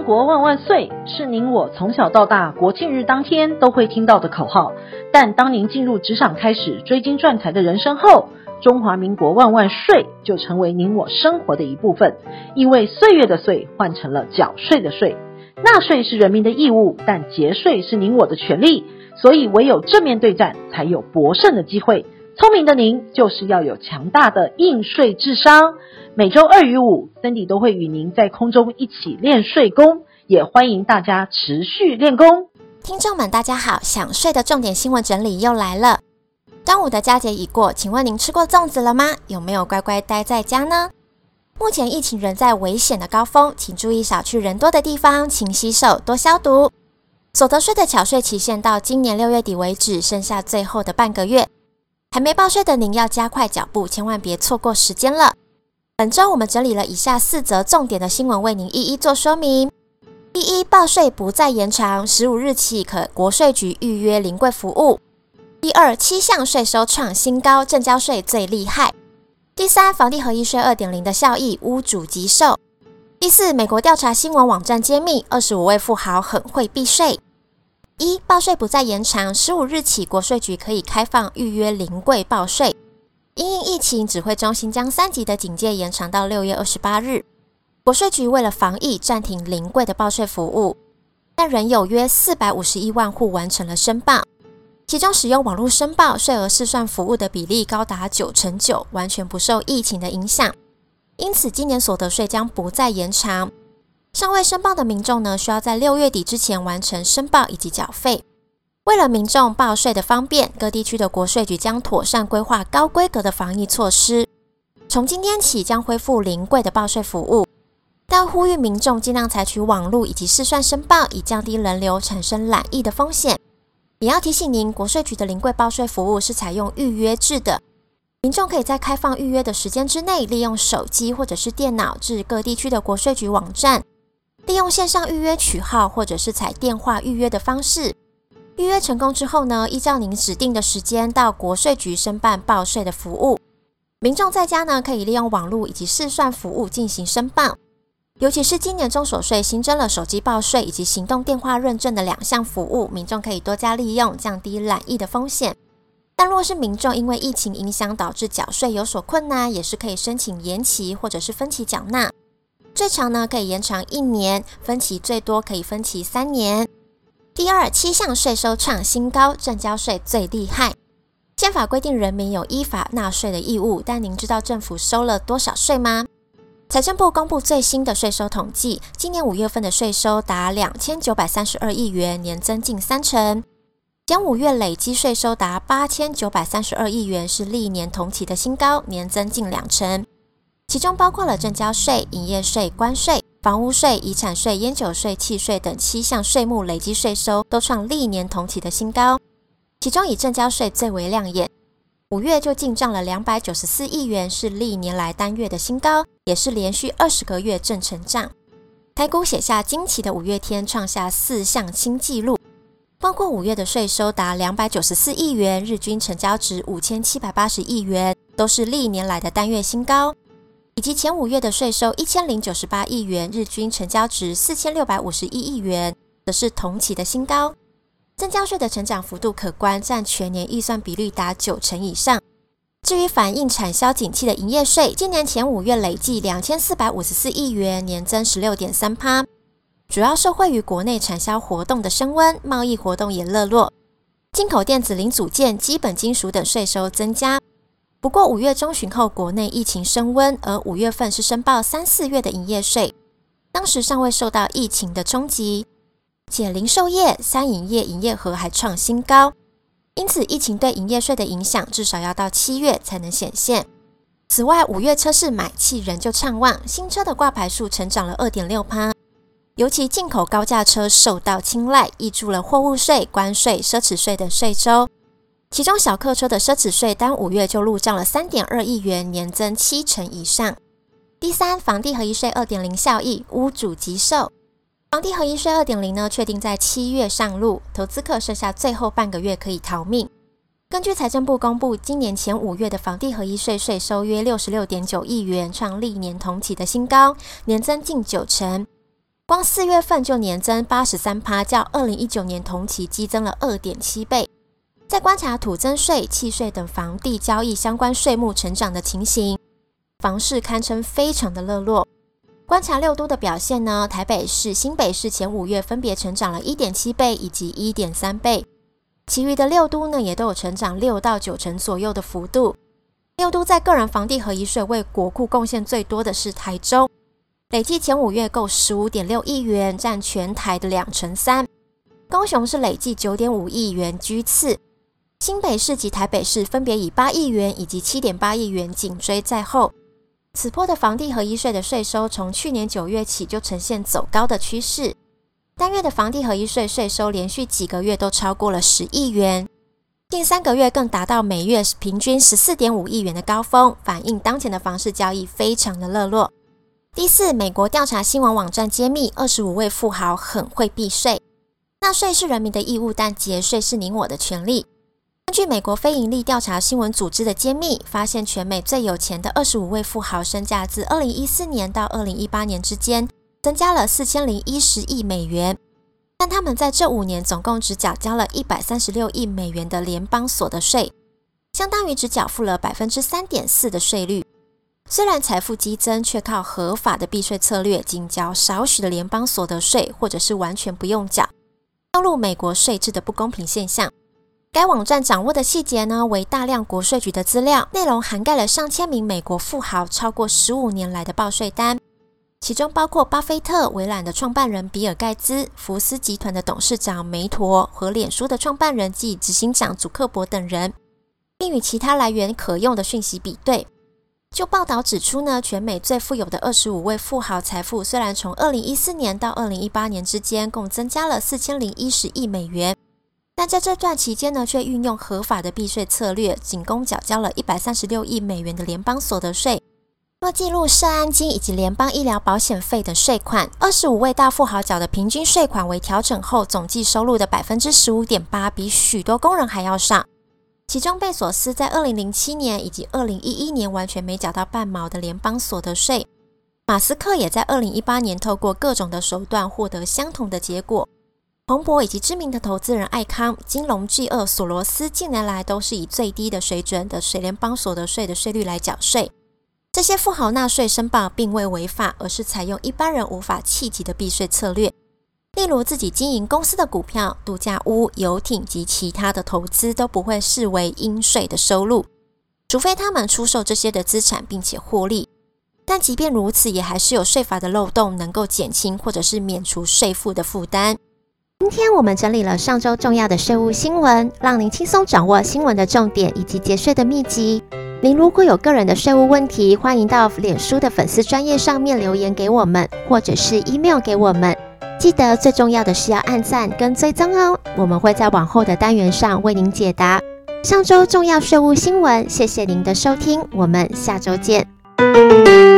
国万万岁是您我从小到大国庆日当天都会听到的口号，但当您进入职场开始追金赚财的人生后，中华民国万万税就成为您我生活的一部分，因为岁月的岁换成了缴税的税。纳税是人民的义务，但节税是您我的权利，所以唯有正面对战才有博胜的机会。聪明的您就是要有强大的应税智商。每周2与5 Cindy 都会与您在空中一起练税功，也欢迎大家持续练功。 听众们大家好，想税的重点新闻整理又来了。端午的佳节已过，请问您吃过粽子了吗？有没有乖乖待在家呢？目前疫情仍在危险的高峰，请注意少去人多的地方，勤洗手，多消毒。所得税的缴税期限到今年6月底为止，剩下最后的半个月。还没报税的您要加快脚步，千万别错过时间了。本周我们整理了以下4则重点的新闻，为您一一做说明。第一，报税不再延长，15日起可国税局预约临柜服务。第二，7项税收创新高，证交税最厉害。第三，房地合一税 2.0 的效益，屋主急受。第四，美国调查新闻网站揭秘，25位富豪很会避税。一，报税不再延长，15日起国税局可以开放预约临柜报税。因应疫情，指挥中心将3级的警戒延长到6月28日。国税局为了防疫暂停临柜的报税服务，但仍有约451万户完成了申报，其中使用网络申报税额试算服务的比例高达9%，完全不受疫情的影响。因此今年所得税将不再延长。尚未申报的民众呢，需要在6月底之前完成申报以及缴费。为了民众报税的方便，各地区的国税局将妥善规划高规格的防疫措施。从今天起将恢复临柜的报税服务，但呼吁民众尽量采取网络以及试算申报，以降低人流产生懒意的风险。也要提醒您，国税局的临柜报税服务是采用预约制的，民众可以在开放预约的时间之内，利用手机或者是电脑至各地区的国税局网站，利用线上预约取号或者是采电话预约的方式。预约成功之后呢，依照您指定的时间到国税局申办报税的服务。民众在家呢，可以利用网络以及试算服务进行申报。尤其是今年中所税新增了手机报税以及行动电话认证的2项服务，民众可以多加利用，降低懒意的风险。但若是民众因为疫情影响导致缴税有所困难，也是可以申请延期或者是分期缴纳。最长呢可以延长1年，分期最多可以分期3年。第二，7项税收创新高，证交税最厉害。宪法规定人民有依法纳税的义务，但您知道政府收了多少税吗？财政部公布最新的税收统计，今年5月份的税收达2932亿元，年增近30%。前5月累积税收达8932亿元，是历年同期的新高，年增近2%。其中包括了证交税、营业税、关税、房屋税、遗产税、烟酒税、契税等7项税目累积税收都创历年同期的新高，其中以证交税最为亮眼，5月就进账了294亿元，是历年来单月的新高，也是连续20个月正成长。台股写下惊奇的5月天，创下4项新纪录，包括5月的税收达294亿元，日均成交值5780亿元，都是历年来的单月新高。以及前5月的税收1098亿元，日均成交值4651亿元，则是同期的新高。证交税的成长幅度可观，占全年预算比率达90%以上。至于反映产销景气的营业税，今年前5月累计2454亿元，年增 16.3%， 主要受惠于国内产销活动的升温，贸易活动也热络，进口电子零组件、基本金属等税收增加。不过5月中旬后，国内疫情升温，而5月份是申报3、4月的营业税，当时尚未受到疫情的冲击，且零售业、餐饮业营业额还创新高，因此疫情对营业税的影响至少要到7月才能显现。此外，5月车市买气仍旧畅旺，新车的挂牌数成长了 2.6%， 尤其进口高价车受到青睐，挹注了货物税、关税、奢侈税等税收。其中小客车的奢侈税单5月就入账了 3.2 亿元，年增70%以上。第三，房地合一税 2.0 效益，屋主急受。房地合一税 2.0 呢，确定在7月上路，投资客剩下最后半个月可以逃命。根据财政部公布，今年前5月的房地合一税税收约 66.9 亿元，创历年同期的新高，年增近90%。 光4月份就年增 83%， 较2019年同期激增了 2.7 倍。在观察土增税、契税等房地交易相关税目成长的情形，房市堪称非常的热络。观察6都的表现呢，台北市、新北市前5月分别成长了 1.7 倍以及 1.3 倍，其余的6都呢也都有成长6到9成左右的幅度。6都在个人房地合一税为国库贡献最多的是台中，累计前5月购 15.6 亿元，占全台的3%。高雄是累计 9.5 亿元居次，新北市及台北市分别以8亿元以及 7.8 亿元紧追在后。此波的房地合一税的税收从去年9月起就呈现走高的趋势，单月的房地合一税税收连续几个月都超过了10亿元，近3个月更达到每月平均 14.5 亿元的高峰，反映当前的房市交易非常的热络。第4，美国调查新闻网站揭秘25位富豪很会避税。纳税是人民的义务，但节税是你我的权利。根据美国非营利调查新闻组织的揭秘，发现全美最有钱的25位富豪身价自2014年到2018年之间增加了4010亿美元，但他们在这5年总共只缴交了136亿美元的联邦所得税，相当于只缴付了 3.4% 的税率。虽然财富激增，却靠合法的避税策略，仅缴少许的联邦所得税，或者是完全不用缴，暴露美国税制的不公平现象。该网站掌握的细节呢，为大量国税局的资料，内容涵盖了上千名美国富豪超过15年来的报税单，其中包括巴菲特、微软的创办人比尔盖茨、福斯集团的董事长梅陀和脸书的创办人及执行长祖克伯等人，并与其他来源可用的讯息比对。就报道指出呢，全美最富有的25位富豪财富虽然从2014年到2018年之间共增加了4010亿美元，但在这段期间呢，却运用合法的避税策略，仅共缴交了136亿美元的联邦所得税。若计入社安金以及联邦医疗保险费等税款，25位大富豪缴的平均税款为调整后总计收入的 15.8%， 比许多工人还要少。其中贝索斯在2007年以及2011年完全没缴到半毛的联邦所得税，马斯克也在2018年透过各种的手段获得相同的结果。彭博以及知名的投资人艾康、金融巨鳄索罗斯近年来都是以最低的水准的联邦所得税的税率来缴税。这些富豪纳税申报并未违法，而是采用一般人无法企及的避税策略，例如自己经营公司的股票、度假屋、游艇及其他的投资都不会视为应税的收入，除非他们出售这些的资产并且获利。但即便如此，也还是有税法的漏洞能够减轻或者是免除税负的负担。今天我们整理了上周重要的税务新闻，让您轻松掌握新闻的重点以及节税的秘籍。您如果有个人的税务问题，欢迎到脸书的粉丝专页上面留言给我们，或者是 email 给我们。记得最重要的是要按赞跟追踪哦，我们会在往后的单元上为您解答上周重要税务新闻。谢谢您的收听，我们下周见。